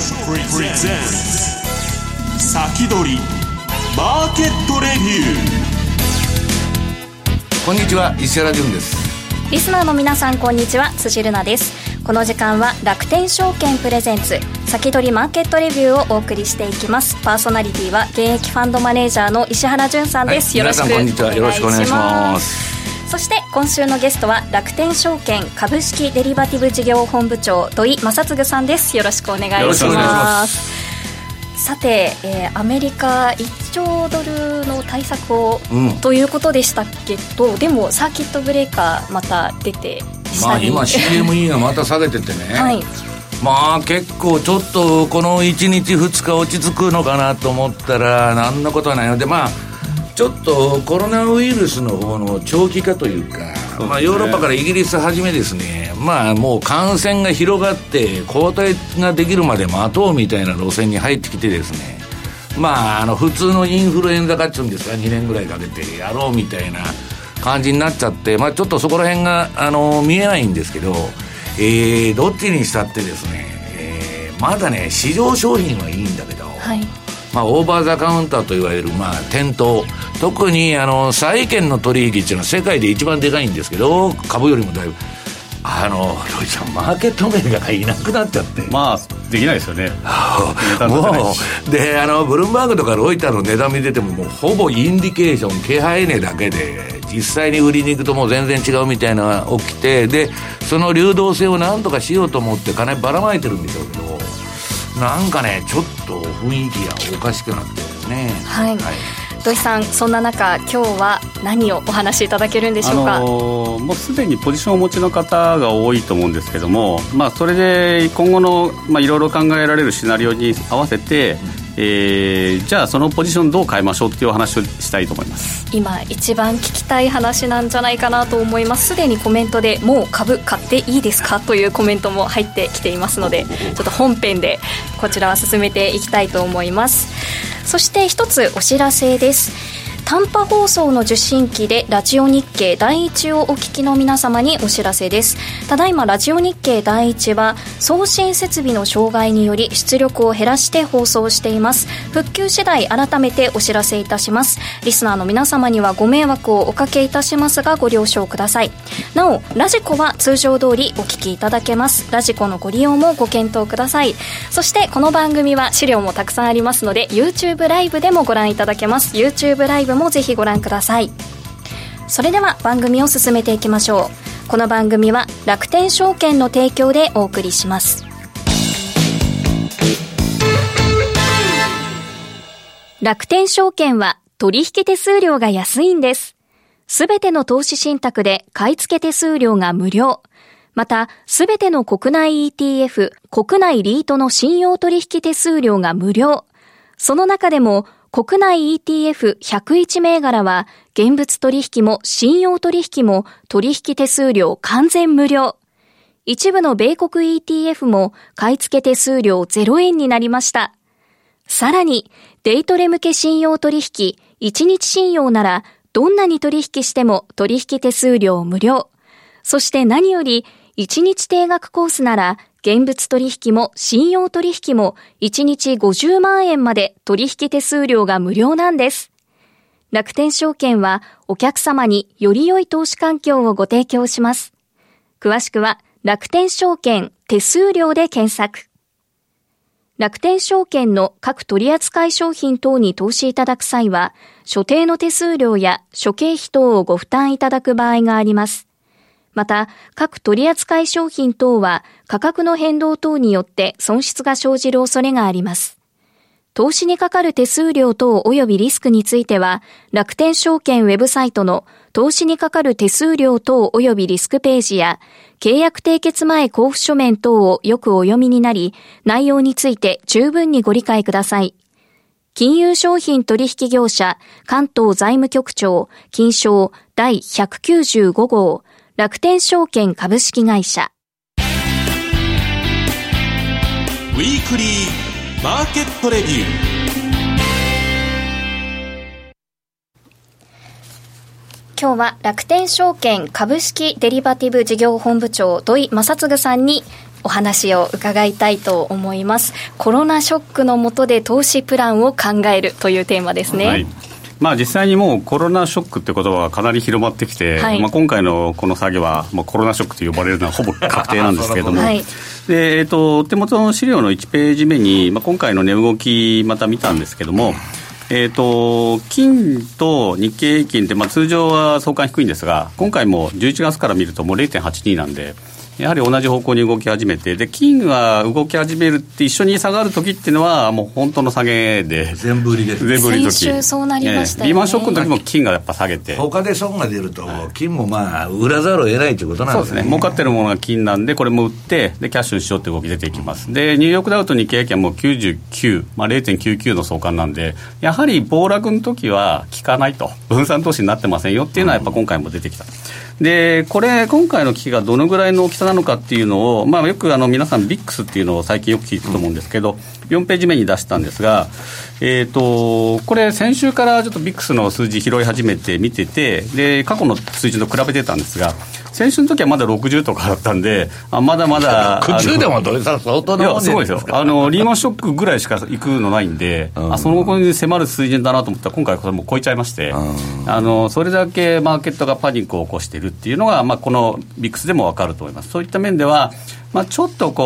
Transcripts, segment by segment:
プレゼンツ先取りマーケットレビュー。 こんにちは、石原潤です。 リスナーの皆さんこんにちは、辻るなです。この時間は楽天証券プレゼンツ先取りマーケットレビューをお送りしていきます。パーソナリティは現役ファンドマネージャーの石原潤さんです。 はい、 よろしくお願いします。 皆さんこんにちは、よろしくお願いします。 そして今週のゲストは楽天証券株式デリバティブ事業本部長土井正嗣さんです。よろしくお願いします。 よろしくお願いします。 さて、アメリカ1兆ドルの対策を、ということでしたけど、でもサーキットブレーカーまた出て今 CME がまた下げててね、 はい、 結構ちょっとこの1日2日落ち着くのかなと思ったら何のことはないので、ちょっとコロナウイルスの方の長期化というか、ヨーロッパからイギリスはじめですね、もう感染が広がって抗体ができるまで待とうみたいな路線に入ってきてですね、普通のインフルエンザ化っていうんですか、2年ぐらいかけてやろうみたいな感じになっちゃって、ちょっとそこら辺が見えないんですけど、どっちにしたってですね、まだね市場商品はいいんだけど、はい、オーバーザカウンターといわれる店頭、特に債券の取引っていうのは世界で一番でかいんですけど、株よりもだいぶロイさんマーケットメーカーがいなくなっちゃって、 できないですよね。 もうでブルームバーグとかロイターの値段見てても、もうほぼインディケーション気配値だけで実際に売りに行くともう全然違うみたいなのが起きて、でその流動性をなんとかしようと思って金ばらまいてるんでしょうけど、なんかねちょっと雰囲気がおかしくなってですね。 はい、土井さん、そんな中今日は何をお話しいただけるんでしょうか。 もうすでにポジションをお持ちの方が多いと思うんですけども、それで今後のいろいろ考えられるシナリオに合わせて、じゃあそのポジションどう変えましょうっていうお話をしたいと思います。 今一番聞きたい話なんじゃないかなと思います。すでにコメントでもう株買っていいですかというコメントも入ってきていますので、ちょっと本編でこちらは進めていきたいと思います。そして一つお知らせです。短波放送の受信機でラジオ日経第一をお聞きの皆様にお知らせです。ただいまラジオ日経第一は送信設備の障害により出力を減らして放送しています。復旧次第改めてお知らせいたします。リスナーの皆様にはご迷惑をおかけいたしますがご了承ください。なおラジコは通常通りお聞きいただけます。ラジコのご利用もご検討ください。そしてこの番組は資料もたくさんありますので YouTube ライブでもご覧いただけます。 YouTube ライブもぜひご覧ください。それでは番組を進めていきましょう。この番組は楽天証券の提供でお送りします。楽天証券は取引手数料が安いんです。すべての投資信託で買い付け手数料が無料。また、すべての国内 ETF、国内リートの信用取引手数料が無料。その中でも国内 ETF101 銘柄は現物取引も信用取引も取引手数料完全無料。一部の米国 ETF も買い付け手数料0円になりました。さらにデイトレ向け信用取引1日信用ならどんなに取引しても取引手数料無料。そして何より1日定額コースなら現物取引も信用取引も1日50万円まで取引手数料が無料なんです。楽天証券はお客様により良い投資環境をご提供します。詳しくは楽天証券手数料で検索。楽天証券の各取扱商品等に投資いただく際は、所定の手数料や諸経費等をご負担いただく場合があります。また、各取扱商品等は価格の変動等によって損失が生じる恐れがあります。投資にかかる手数料等及びリスクについては、楽天証券ウェブサイトの投資にかかる手数料等及びリスクページや、契約締結前交付書面等をよくお読みになり、内容について十分にご理解ください。金融商品取引業者関東財務局長金商第195号楽天証券株式会社。 ウィークリーマーケットレビュー。 今日は楽天証券株式デリバティブ事業本部長土井正嗣さんにお話を伺いたいと思います。コロナショックの下で投資プランを考えるというテーマですね。 はい、実際にもうコロナショックって言葉がかなり広まってきて、今回のこの下げは、コロナショックと呼ばれるのはほぼ確定なんですけれども、で手元の資料の1ページ目に、今回の値動きまた見たんですけども、金と日経平均って、通常は相関低いんですが、今回も11月から見るともう 0.82 なんで、やはり同じ方向に動き始めて、で金が動き始めるって一緒に下がるときっていうのはもう本当の下げで全部売りです。 全部売り時、 先週そうなりましたよね。 リーマンショックの時も金がやっぱ下げて、 他で損が出ると金も売らざるを得ないということなんですね。 そうですね、儲かってるものが金なんで、これも売ってでキャッシュにしようって動き出ていきます。でニューヨークダウと日経平均はもう99、0.99 の相関なんで、やはり暴落の時は効かないと、分散投資になってませんよっていうのはやっぱ今回も出てきた。でこれ今回の危機がどのぐらいの大きさなのかっていうのを、よく皆さんビックスっていうのを最近よく聞くと思うんですけど、4ページ目に出したんですが、これ先週からちょっとビックスの数字拾い始めて見てて、で過去の数字と比べてたんですが、先週の時はまだ60とかだったんで、まだまだ 60でもどれさ相当なもんすごいですよ。リーマンショックぐらいしか行くのないんで、その後に迫る水準だなと思ったら、今回これもう超えちゃいまして、それだけマーケットがパニックを起こしているっていうのが、このビックスでも分かると思います。そういった面では、ちょっと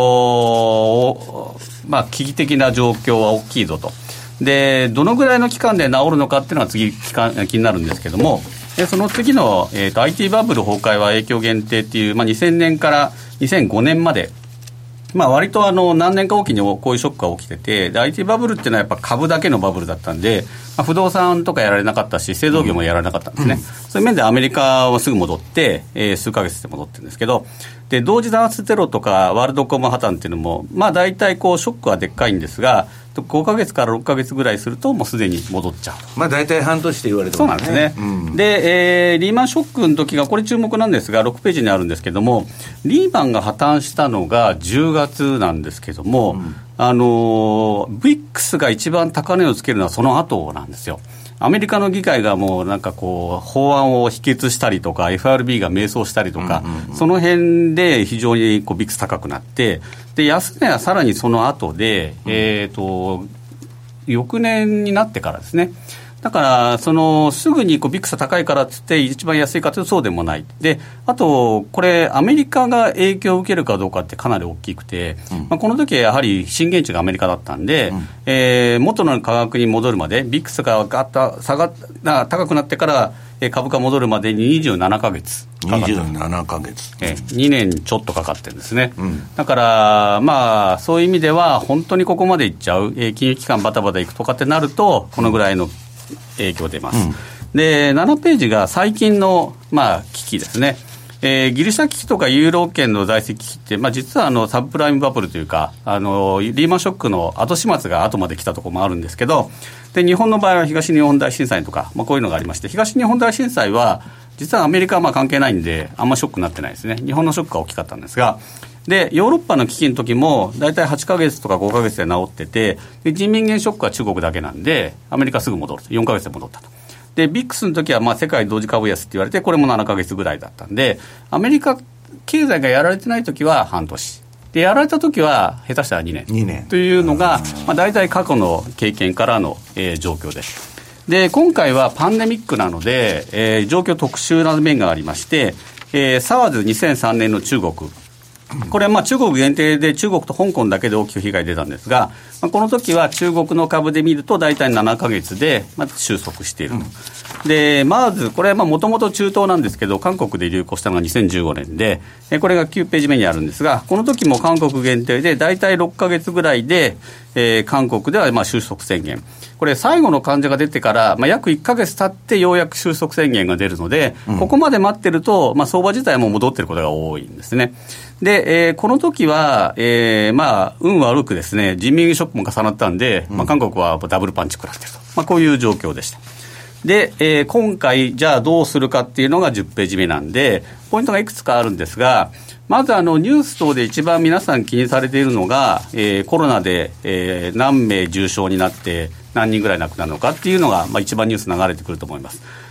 危機的な状況は大きいぞと。でどのぐらいの期間で治るのかっていうのが次気になるんですけども、でその次の、IT バブル崩壊は影響限定っていう、2000年から2005年まで、割と何年かおきにこういうショックが起きてて、で IT バブルっていうのはやっぱ株だけのバブルだったんで、不動産とかやられなかったし製造業もやられなかったんですね、そういう面でアメリカはすぐ戻って、数ヶ月で戻ってるんですけど、で同時多発テロとかワールドコム破綻っていうのも大体ショックはでっかいんですが、5ヶ月から6ヶ月ぐらいするともうすでに戻っちゃう。 大体半年って言われてますね。 そうなんですね、で、リーマンショックの時がこれ注目なんですが、6ページにあるんですけども、リーマンが破綻したのが10月なんですけども、VIX が一番高値をつけるのはその後なんですよ。アメリカの議会がもう法案を否決したりとか FRB が迷走したりとか、その辺で非常にVIX 高くなって、で安値はさらにその後で、翌年になってからですね。だからすぐにVIX高いからっつって一番安いかというとそうでもない。であとこれアメリカが影響を受けるかどうかってかなり大きくて、この時はやはり震源地がアメリカだったんで、元の価格に戻るまでVIXが高くなってから株価戻るまでに27ヶ月かかって 27ヶ月、 2年ちょっとかかってるんですね、だからそういう意味では本当にここまでいっちゃう、金融機関バタバタいくとかってなるとこのぐらいの影響出ます、で7ページが最近の、危機ですね。ギリシャ危機とかユーロ圏の財政危機って、実はサブプライムバブルというかリーマンショックの後始末が後まで来たところもあるんですけど、で日本の場合は東日本大震災とか、こういうのがありまして、東日本大震災は実はアメリカは関係ないんであんまショックになってないですね。日本のショックが大きかったんですが、でヨーロッパの危機の時もだいたい8ヶ月とか5ヶ月で治ってて、で人民元ショックは中国だけなんでアメリカすぐ戻ると、4ヶ月で戻ったと。でビックスの時は世界同時株安って言われて、これも7ヶ月ぐらいだったんで、アメリカ経済がやられてない時は半年で、やられた時は下手したら2年というのが、大体過去の経験からの、状況です。で今回はパンデミックなので、状況特殊な面がありまして、SARS 2003年の中国、これは中国限定で中国と香港だけで大きく被害出たんですが、この時は中国の株で見ると大体7ヶ月で収束していると、でまずこれはもともと中東なんですけど、韓国で流行したのが2015年で、これが9ページ目にあるんですが、この時も韓国限定で大体6ヶ月ぐらいで、韓国では収束宣言、これ最後の患者が出てから、約1ヶ月経ってようやく収束宣言が出るので、ここまで待ってると、相場自体も戻ってることが多いんですね。で、この時は、運悪くですね、人民元ショックも重なったんで、韓国はダブルパンチ食らってると、こういう状況でした。で、今回じゃあどうするかっていうのが10ページ目なんで、ポイントがいくつかあるんですが、まずニュース等で一番皆さん気にされているのが、コロナで、何名重症になって何人ぐらい亡くなるのかっていうのが、一番ニュース流れてくると思います。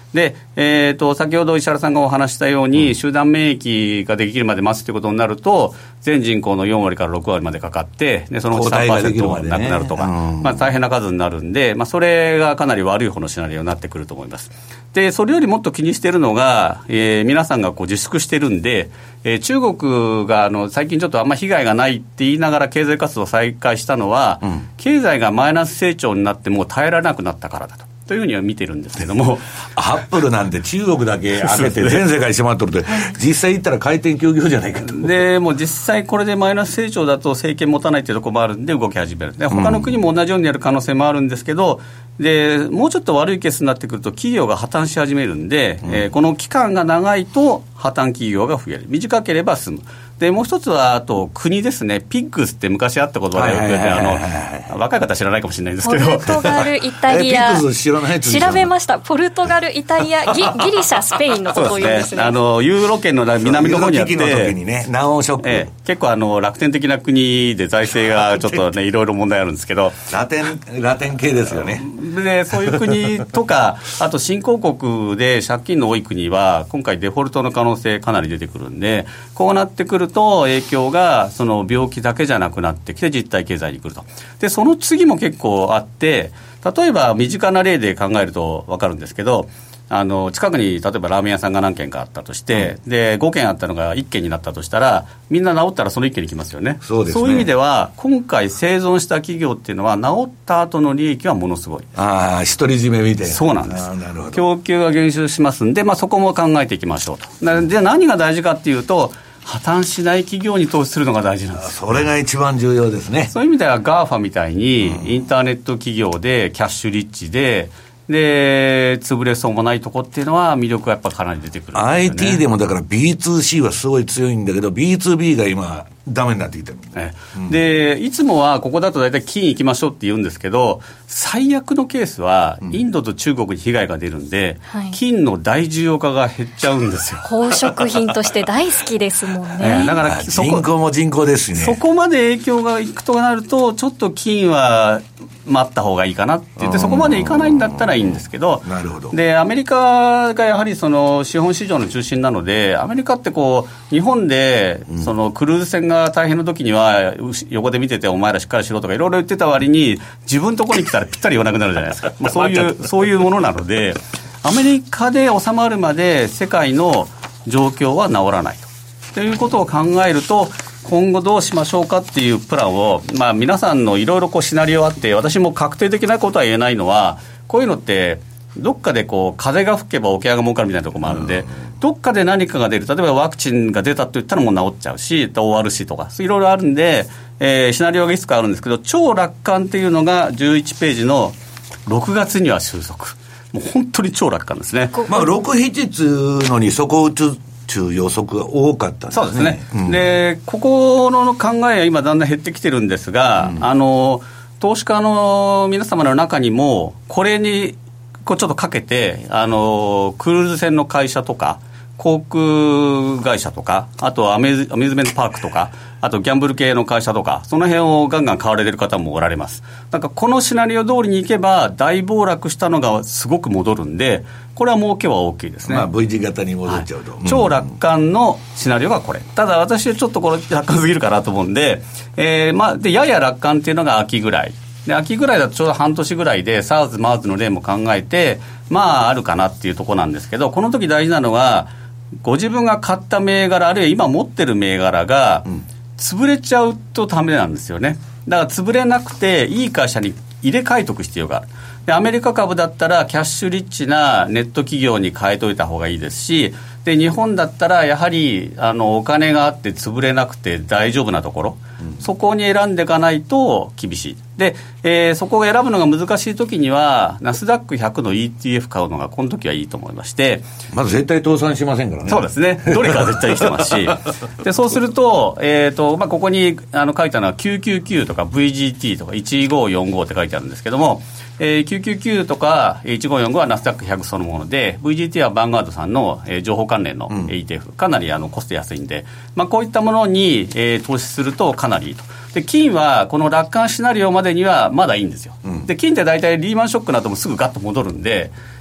で、先ほど石原さんがお話したように、集団免疫ができるまで待つということになると、全人口の4割から6割までかかって、でそのうち 3% なくなるとか、大変な数になるんで、それがかなり悪い方のシナリオになってくると思います。でそれよりもっと気にしているのが、皆さんが自粛してるんで、中国が最近ちょっとあんまり被害がないって言いながら経済活動を再開したのは、経済がマイナス成長になってもう耐えられなくなったからだというふうには見てるんですけどもアップルなんて中国だけ開けて全世界閉まっとるって実際言ったら回転休業じゃないかと。 でもう実際これでマイナス成長だと政権持たないというところもあるんで動き始める。で他の国も同じようにやる可能性もあるんですけど、でもうちょっと悪いケースになってくると企業が破綻し始めるんで、この期間が長いと破綻企業が増える、短ければ済む。でもう一つはあと国ですね。ピッグスって昔あった言葉でよく若い方は知らないかもしれないですけど、 ポルトガルイタリアピッグス知らないやつ調べました。ポルトガルイタリア ギリシャスペインのことを言うんですね。 ユーロ圏の南の方にあって、 ユーロ危機の時にね、南欧ショック、 結構楽天的な国で財政がちょっとねいろいろ問題あるんですけど、 ラテン系ですよね。 でそういう国とかあと新興国で借金の多い国は今回デフォルトの可能性かなり出てくるんで、こうなってくると影響がその病気だけじゃなくなってきて実体経済に来ると。でその次も結構あって、例えば身近な例で考えると分かるんですけど、近くに例えばラーメン屋さんが何軒かあったとして、で5軒あったのが1軒になったとしたら、みんな治ったらその1軒に来ますよね。 そうですね。 そういう意味では今回生存した企業っていうのは治った後の利益はものすごい。 独り占めみたいな。 そうなんです。 なるほど。 供給が減少しますんで、そこも考えていきましょうと。で何が大事かっていうと、破綻しない企業に投資するのが大事なんです。 それが一番重要ですね。 そういう意味では GAFA みたいにインターネット企業でキャッシュリッチで潰れそうもないとこっていうのは魅力がやっぱかなり出てくるんですよね。 IT でもだから B2C はすごい強いんだけど B2B が今ダメになってきてる、 でいつもはここだと大体金行きましょうって言うんですけど、最悪のケースはインドと中国に被害が出るんで、金の大需要化が減っちゃうんですよ。 宝飾品として大好きですもんね。 だから人口も人口ですしね。 そこまで影響がいくとなるとちょっと金は待った方がいいかなって言って、そこまでいかないんだったらいいんですけど、 なるほど。 でアメリカがやはりその資本市場の中心なので、アメリカって日本でそのクルーズ船が大変な時には横で見ててお前らしっかりしろとかいろいろ言ってた割に、自分のところに来たらぴったり言わなくなるじゃないですか。そういうものなので、アメリカで収まるまで世界の状況は治らないということを考えると、今後どうしましょうかっていうプランを、皆さんのいろいろシナリオあって、私も確定的なことは言えないのは、こういうのってどっかで風が吹けば桶屋が儲かるみたいなところもあるんで、どっかで何かが出る、例えばワクチンが出たと言ったらもう治っちゃうし、ORC とかいろいろあるんで、シナリオがいくつかあるんですけど、超楽観っていうのが11ページの6月には収束。もう本当に超楽観ですね。 6、7つのに底打つ予測が多かったんですね。 そうですね、でここの考えは今だんだん減ってきてるんですが、投資家の皆様の中にもこれにちょっとかけてクルーズ船の会社とか航空会社とか、あとアミューズメントパークとか、あとギャンブル系の会社とか、その辺をガンガン買われてる方もおられます。なんかこのシナリオ通りにいけば大暴落したのがすごく戻るんで、これは儲けは大きいですね。 V 字型に戻っちゃうと、 超楽観のシナリオがこれ。ただ私はちょっとこれ楽観すぎるかなと思うんで、でやや楽観っていうのが秋ぐらいで、秋ぐらいだとちょうど半年ぐらいで SARS、MERS の例も考えてあるかなっていうところなんですけど、この時大事なのはご自分が買った銘柄、あるいは今持ってる銘柄が潰れちゃうとダメなんですよね。だから潰れなくていい会社に入れ替えとく必要がある。でアメリカ株だったらキャッシュリッチなネット企業に変えといた方がいいですし、で日本だったらやはりお金があって潰れなくて大丈夫なところ、そこに選んでいかないと厳しい。で、そこを選ぶのが難しい時にはナスダック100の ETF 買うのがこの時はいいと思いまして、 まず絶対倒産しませんからね。 そうですね、どれかは絶対生きてますしでそうすると、ここに書いたのは999とか VGT とか1545って書いてあるんですけども、999とか1545はナスダック100そのもので、 VGT はバンガードさんの、情報関連の ETF、かなりコスト安いんで、こういったものに、投資するとかなりいいと。で金はこの楽観シナリオまでにはまだいいんですよ、で金って大体リーマンショックなどもすぐガッと戻るんで、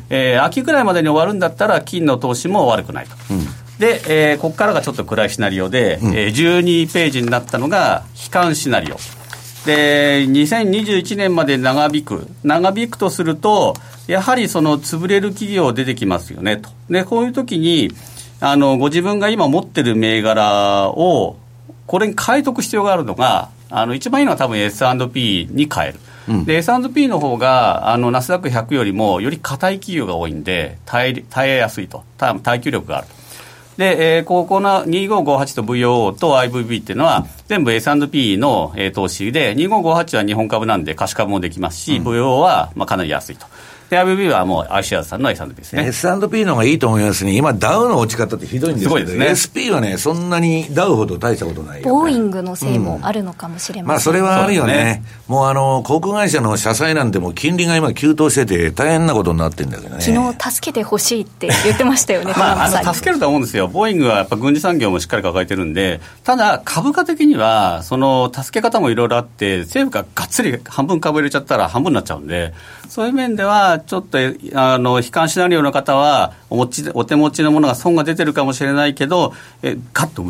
秋ぐらいまでに終わるんだったら金の投資も悪くないと、で、ここからがちょっと暗いシナリオで、12ページになったのが悲観シナリオで、2021年まで長引くとすると、やはりその潰れる企業出てきますよねと。でこういう時にご自分が今持ってる銘柄をこれに変えとく必要があるのが、一番いいのは多分 S&P に変える、で S&P の方がナスダック100よりもより硬い企業が多いんで耐えやすいと、耐久力があると。で、ここの2558と VOO と IVB っていうのは全部 S&P の投資で、2558は日本株なんで貸し株もできますし、VOO はかなり安いと。で IVB はもう iShares さんの S&P ですね。 S&P の方がいいと思いますね。今ダウの落ち方ってひどいんですけど、 すごいですね。 SP はねそんなにダウほど大したことないよ、ね、 ボーイングのせいもあるのかもしれません、 まあそれはあるよね。もう航空会社の社債なんてもう金利が今急騰してて大変なことになってるんだけどね。 昨日助けてほしいって言ってましたよね助けると思うんですよ。ボーイングはやっぱ軍事産業もしっかり抱えてるんで、ただ株価的にはその助け方もいろいろあって、政府ががっつり半分株入れちゃったら半分になっちゃうんで、そういう面ではちょっと悲観シナリオの方はお手持ちのものが損が出てるかもしれないけど、ガッと売って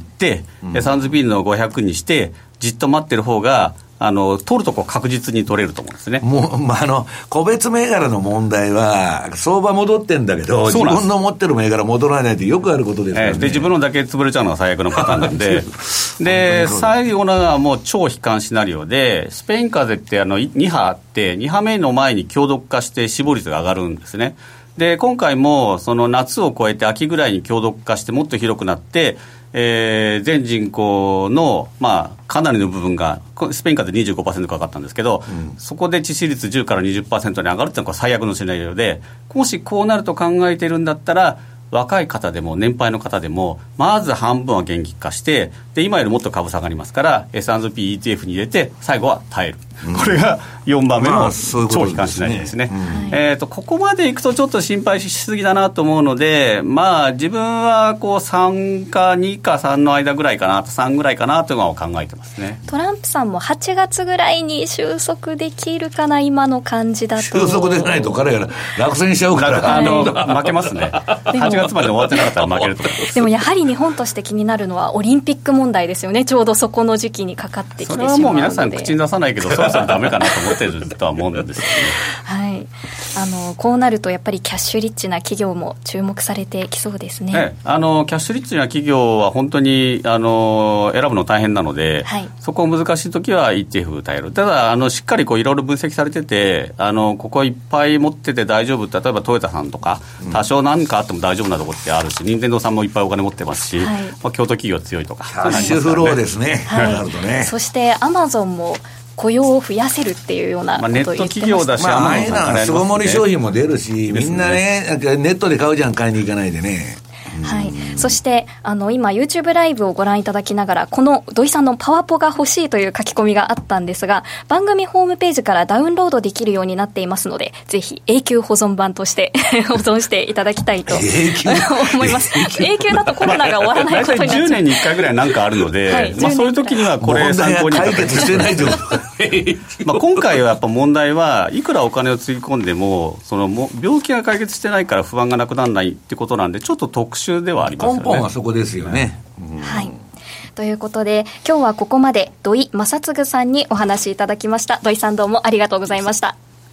、S&P の500にしてじっと待ってる方が取るとこ確実に取れると思うんですね。 もう個別銘柄の問題は相場戻ってんだけど、自分の持ってる銘柄戻らないってよくあることですからね。 で自分のだけ潰れちゃうのが最悪のパターンなんでで最後のはもう超悲観シナリオで、スペイン風邪って2波あって、2波目の前に強毒化して死亡率が上がるんですね。で今回もその夏を超えて秋ぐらいに強毒化してもっと広くなって、全人口の、かなりの部分がスペイン風邪 25% かかったんですけど、そこで致死率10から 20% に上がるっていうのが最悪のシナリオで、もしこうなると考えてるんだったら、若い方でも年配の方でもまず半分は現金化して、で今よりもっと株下がりますから S&P ETF に入れて最後は耐える、これが4番目の超悲観シナリオですね。ここまでいくとちょっと心配しすぎだなと思うので、自分はこう3か2か3の間ぐらいかなと、3ぐらいかなというのを考えてますね。 トランプさんも8月ぐらいに収束できるかな、今の感じだと。 収束でないと彼が落選しちゃうから負けますね。8月まで終わってなかったら負けると思います。 でもやはり日本として気になるのはオリンピック問題ですよね。ちょうどそこの時期にかかってきてしまうので、 それはもう皆さん口に出さないけどそろそろダメかなと思ってるとは思うんですけどね。 はい、こうなるとやっぱりキャッシュリッチな企業も注目されてきそうですね。 キャッシュリッチな企業は本当に選ぶの大変なので、そこ難しいときは ETF 耐える。ただしっかりいろいろ分析されてて、ここいっぱい持ってて大丈夫、例えばトヨタさんとか多少何かあっても大丈夫なところってあるし、任天堂さんもいっぱいお金持ってますし、京都企業強いとか、 キャッシュフローですね、なるとね。 そしてアマゾンも雇用を増やせるっていうようなことを言ってました。 ネット企業だし、アマゾンさんからやりますね。 巣ごもり商品も出るし、みんなね、ネットで買うじゃん、買いに行かないでね。 はい、そして今 YouTube ライブをご覧いただきながら、この土井さんのパワポが欲しいという書き込みがあったんですが、番組ホームページからダウンロードできるようになっていますので、ぜひ永久保存版として保存していただきたいと思います。永久だとコロナが終わらないことになっちゃう。 10年に1回ぐらいなんかあるので、そういう時にはこれ参考に解決してないと今回はやっぱ問題はいくらお金をつぎ込んでも病気が解決してないから不安がなくならないってことなんで、ちょっと特殊ではありますよね。 根本はそこですよね。 はい、ということで今日はここまで土井正嗣さんにお話いただきました。土井さんどうもありがとうございました。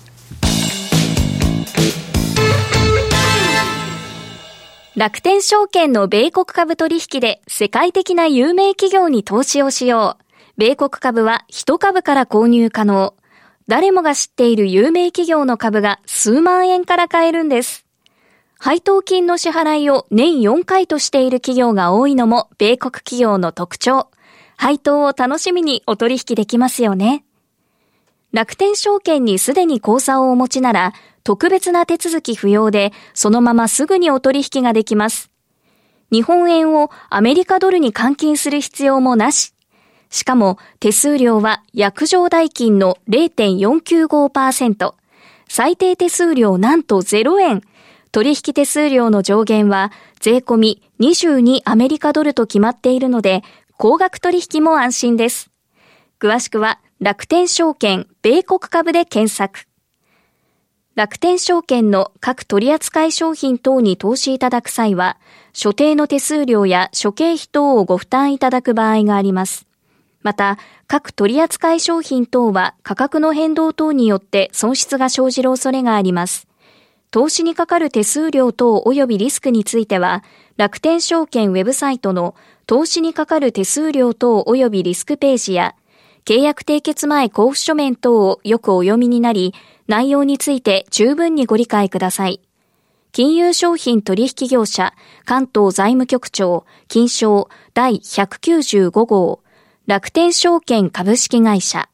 楽天証券の米国株取引で世界的な有名企業に投資をしよう。米国株は1株から購入可能。誰もが知っている有名企業の株が数万円から買えるんです。配当金の支払いを年4回としている企業が多いのも米国企業の特徴。配当を楽しみにお取引できますよね。楽天証券にすでに口座をお持ちなら、特別な手続き不要で、そのまますぐにお取引ができます。日本円をアメリカドルに換金する必要もなし。しかも手数料は約定代金の 0.495%。最低手数料なんと0円。取引手数料の上限は税込み22アメリカドルと決まっているので、高額取引も安心です。詳しくは楽天証券米国株で検索。 楽天証券の各取扱商品等に投資いただく際は、所定の手数料や諸経費等をご負担いただく場合があります。また、各取扱商品等は価格の変動等によって損失が生じる恐れがあります。投資にかかる手数料等及びリスクについては、楽天証券ウェブサイトの投資にかかる手数料等及びリスクページや、契約締結前交付書面等をよくお読みになり、内容について十分にご理解ください。金融商品取引業者関東財務局長金商第195号楽天証券株式会社。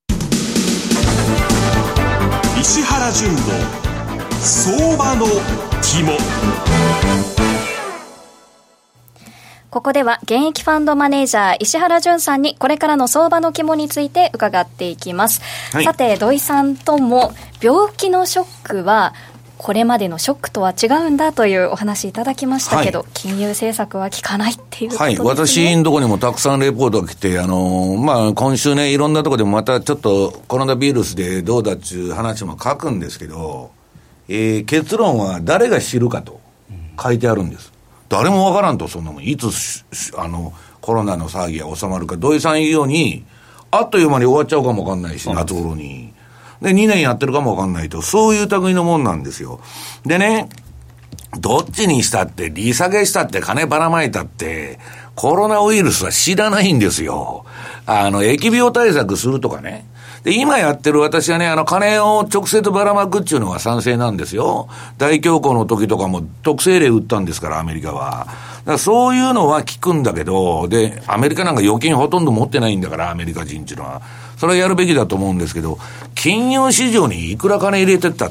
石原淳の相場の肝。 ここでは現役ファンドマネージャー石原淳さんにこれからの相場の肝について伺っていきます、はい、さて土井さんとも病気のショックはこれまでのショックとは違うんだというお話いただきましたけど、はい、金融政策は効かないっていうことですね。 はい、私のところにもたくさんレポートが来て、今週ねいろんなところでもまたちょっとコロナウイルスでどうだっていう話も書くんですけど、結論は誰が知るかと書いてあるんです。誰もわからんと、そんなもんいつコロナの騒ぎが収まるか。土井さん言うようにあっという間に終わっちゃうかもわかんないし、夏頃にで2年やってるかもわかんないと、そういう類のもんなんですよ。でね、どっちにしたって利下げしたって金ばらまいたってコロナウイルスは知らないんですよ。疫病対策するとかね。で、今やってる私はね、金を直接ばらまくっていうのが賛成なんですよ。大恐慌の時とかも特性例打ったんですから、アメリカは。だからそういうのは効くんだけど、で、アメリカなんか預金ほとんど持ってないんだから、アメリカ人っていうのは。それはやるべきだと思うんですけど、金融市場にいくら金入れてったって、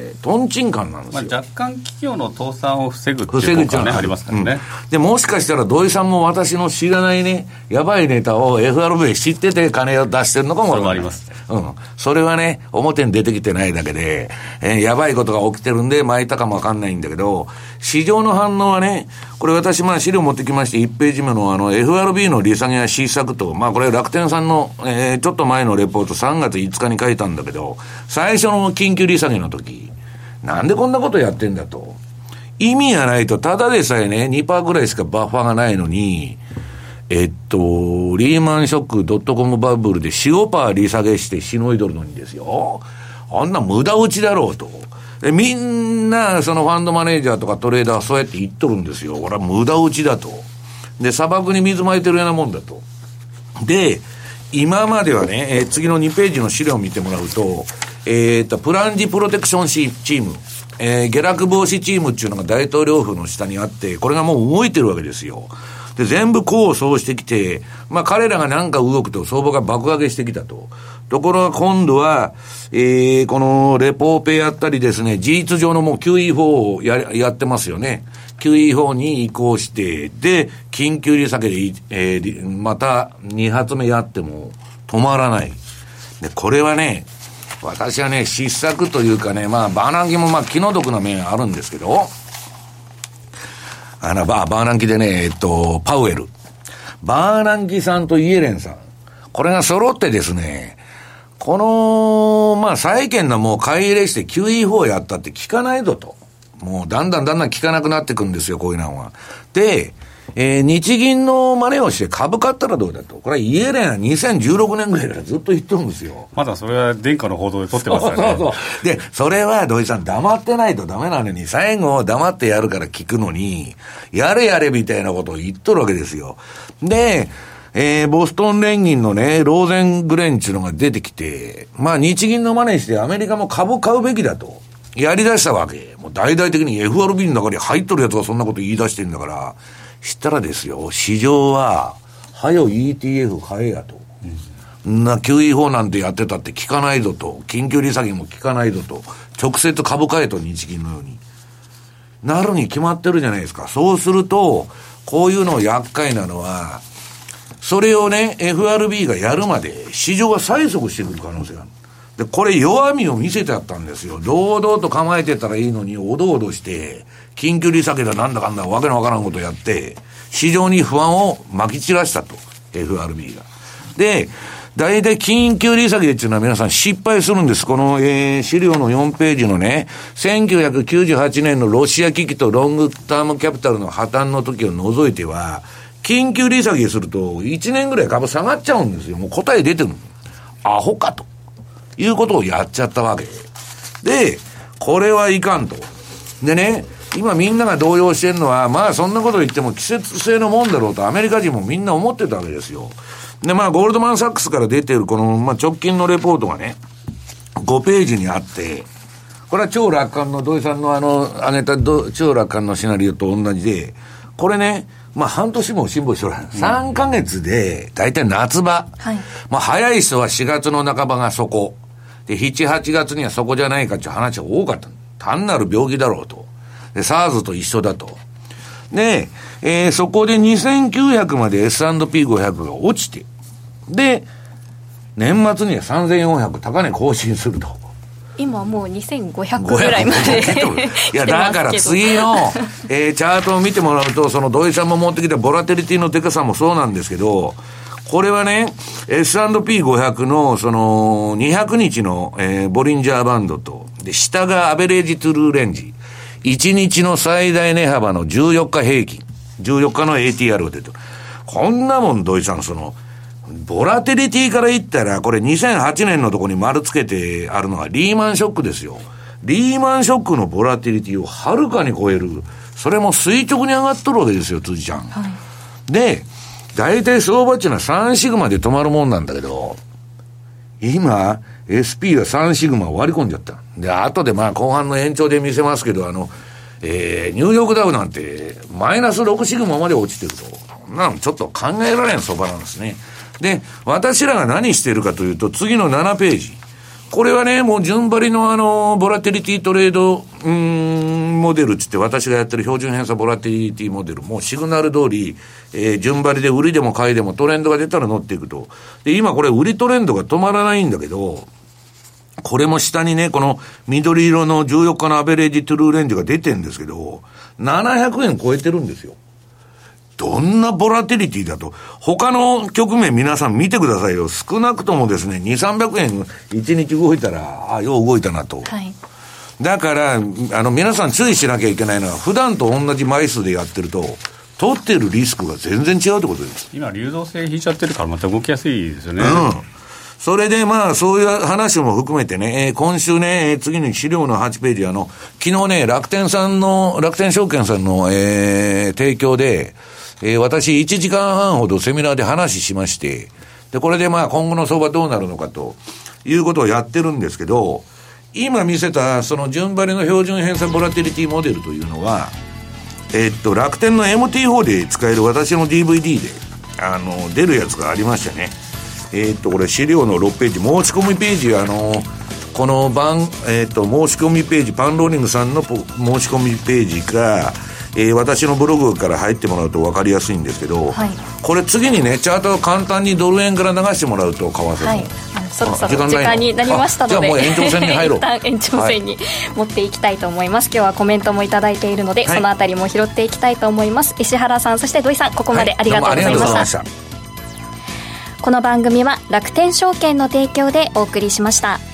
トンチンカンなんですよ。 若干企業の倒産を防ぐっていう効果が、ね、ありますからね、 で、もしかしたら土井さんも私の知らないね、やばいネタを FRB 知ってて金を出してるのかもわからない。それもあります。それはね、表に出てきてないだけで、やばいことが起きてるんで巻いたかもわかんないんだけど、市場の反応はね、これ私資料持ってきまして1ページ目のFRB の利下げや失策と、これ楽天さんの、ちょっと前のレポート3月5日に書いたんだけど、最初の緊急利下げの時、なんでこんなことやってんだと。意味がないと、ただでさえね、2% ぐらいしかバッファーがないのに、リーマンショックドットコムバブルで 4,5% 利下げしてしのいどるのにですよ。あんな無駄打ちだろうと。で、みんな、そのファンドマネージャーとかトレーダーはそうやって言っとるんですよ。これは無駄打ちだと。で、砂漠に水撒いてるようなもんだと。で、今まではね、次の2ページの資料を見てもらうと、プランジプロテクションチーム、下落防止チームっていうのが大統領府の下にあって、これがもう動いてるわけですよ。で、全部功を奏してきて、彼らがなんか動くと相場が爆上げしてきたと。ところが今度は、このレポーペやったりですね、事実上のもう QE4 をやってますよね。QE4 に移行して、で、緊急利下げで、また2発目やっても止まらない。で、これはね、私はね、失策というかね、バーナンキも気の毒な面あるんですけど、バーナンキでね、パウエル。バーナンキさんとイエレンさん。これが揃ってですね、この、債券のもう買い入れして QE4 やったって効かないぞと。もうだんだん効かなくなってくんですよ、こういうのは。で、日銀の真似をして株買ったらどうだと。これイエレンは2016年ぐらいからずっと言ってるんですよ。 まだそれは殿下の報道で取ってますからね。 そう。で、それは土井さん黙ってないとダメなのに、最後黙ってやるから聞くのに、やれやれみたいなことを言っとるわけですよ。で、ボストン連銀のね、ローゼングレンっていうのが出てきて、日銀の真似してアメリカも株買うべきだと。やり出したわけ。もう大々的に FRB の中に入っとるやつがそんなこと言い出してんだから、したらですよ、市場は、はよ ETF 買えやと。QE4 なんてやってたって効かないぞと。緊急利下げも効かないぞと。直接株買えと、日銀のように。なるに決まってるじゃないですか。そうすると、こういうの厄介なのは、それをね、FRB がやるまで、市場が催促してくる可能性がある。で、これ弱みを見せてあったんですよ。堂々と構えてたらいいのに、おどおどして、緊急利下げだなんだかんだわけのわからんことやって、市場に不安を撒き散らしたと、FRB が。で、 大体緊急利下げっていうのは皆さん失敗するんです。この、資料の4ページのね、1998年のロシア危機とロングタームキャピタルの破綻の時を除いては、緊急利下げすると1年ぐらい株下がっちゃうんですよ。もう答え出てる。アホかということをやっちゃったわけで、これはいかんと。でね、今みんなが動揺してるのは、まあそんなこと言っても季節性のもんだろうとアメリカ人もみんな思ってたわけですよ。で、まあゴールドマンサックスから出てるこの、まあ直近のレポートがね、5ページにあって、これは超楽観の土井さんの挙げた超楽観のシナリオと同じで、これね、まあ半年も辛抱しておらない。3ヶ月で、だいたい夏場。はい。まあ早い人は4月の半ばがそこ。で、7、8月にはそこじゃないかっていう話が多かった。単なる病気だろうと。で、SARS と一緒だと。で、そこで2900まで S&P500 が落ちて、で、年末には3400高値更新すると。 今もう2500ぐらいまでいやだから次の、チャートを見てもらうと、その土井さんも持ってきたボラテリティのデカさもそうなんですけど、これはね S&P500 のその200日の、ボリンジャーバンドとで、下がアベレージトゥルーレンジ、1日の最大値幅の14日平均、14日の ATR を出てる。こんなもん土井さん、そのボラテリティから言ったら、これ2008年のところに丸つけてあるのはリーマンショックですよ。リーマンショックのボラテリティをはるかに超える。それも垂直に上がっとるわけですよ、辻ちゃん。はい、で、大体相場っていうのは3シグマで止まるもんなんだけど、今、SP は3シグマ割り込んじゃった。で、後でまあ後半の延長で見せますけど、ニューヨークダウなんてマイナス6シグマまで落ちてると。なんかちょっと考えられん相場なんですね。で、私らが何してるかというと、次の7ページ。これはね、もう順張りのボラテリティトレード、モデルって言って私がやってる標準偏差ボラテリティモデル、もうシグナル通り、順張りで売りでも買いでもトレンドが出たら乗っていくと。で、今これ売りトレンドが止まらないんだけど、これも下にね、この緑色の14日のアベレージトゥルーレンジが出てるんですけど、700円超えてるんですよ。どんなボラテリティだと。他の局面皆さん見てくださいよ。少なくともですね、2、300円1日動いたら、あ、よう動いたなと。はい。だから、皆さん注意しなきゃいけないのは、普段と同じ枚数でやってると、取ってるリスクが全然違うってことです。 今、流動性引いちゃってるからまた動きやすいですよね。うん。 それでまあそういう話も含めてね、今週ね、次に資料の8ページ昨日ね、楽天証券さんの、提供で、私1時間半ほどセミナーで話しまして、で、これでまあ今後の相場どうなるのかということをやってるんですけど、今見せたその順張りの標準偏差ボラテリティモデルというのは、楽天の MT4 で使える私の DVD で、出るやつがありましたね。これ資料の6ページ、申し込みページ、この申し込みページ、パンローリングさんの申し込みページか、私のブログから入ってもらうと分かりやすいんですけど、はい、これ次にね、チャートを簡単にドル円から流してもらうと為替の、はい、 そろそろ時間になりましたので、 じゃあもう延長戦に入ろう。 一旦延長戦に持っていきたいと思います。今日はコメントもいただいているので、はい、そのあたりも拾っていきたいと思います。石原さん、そして土井さん、ここまでありがとうございました。この番組は楽天証券の提供でお送りしました。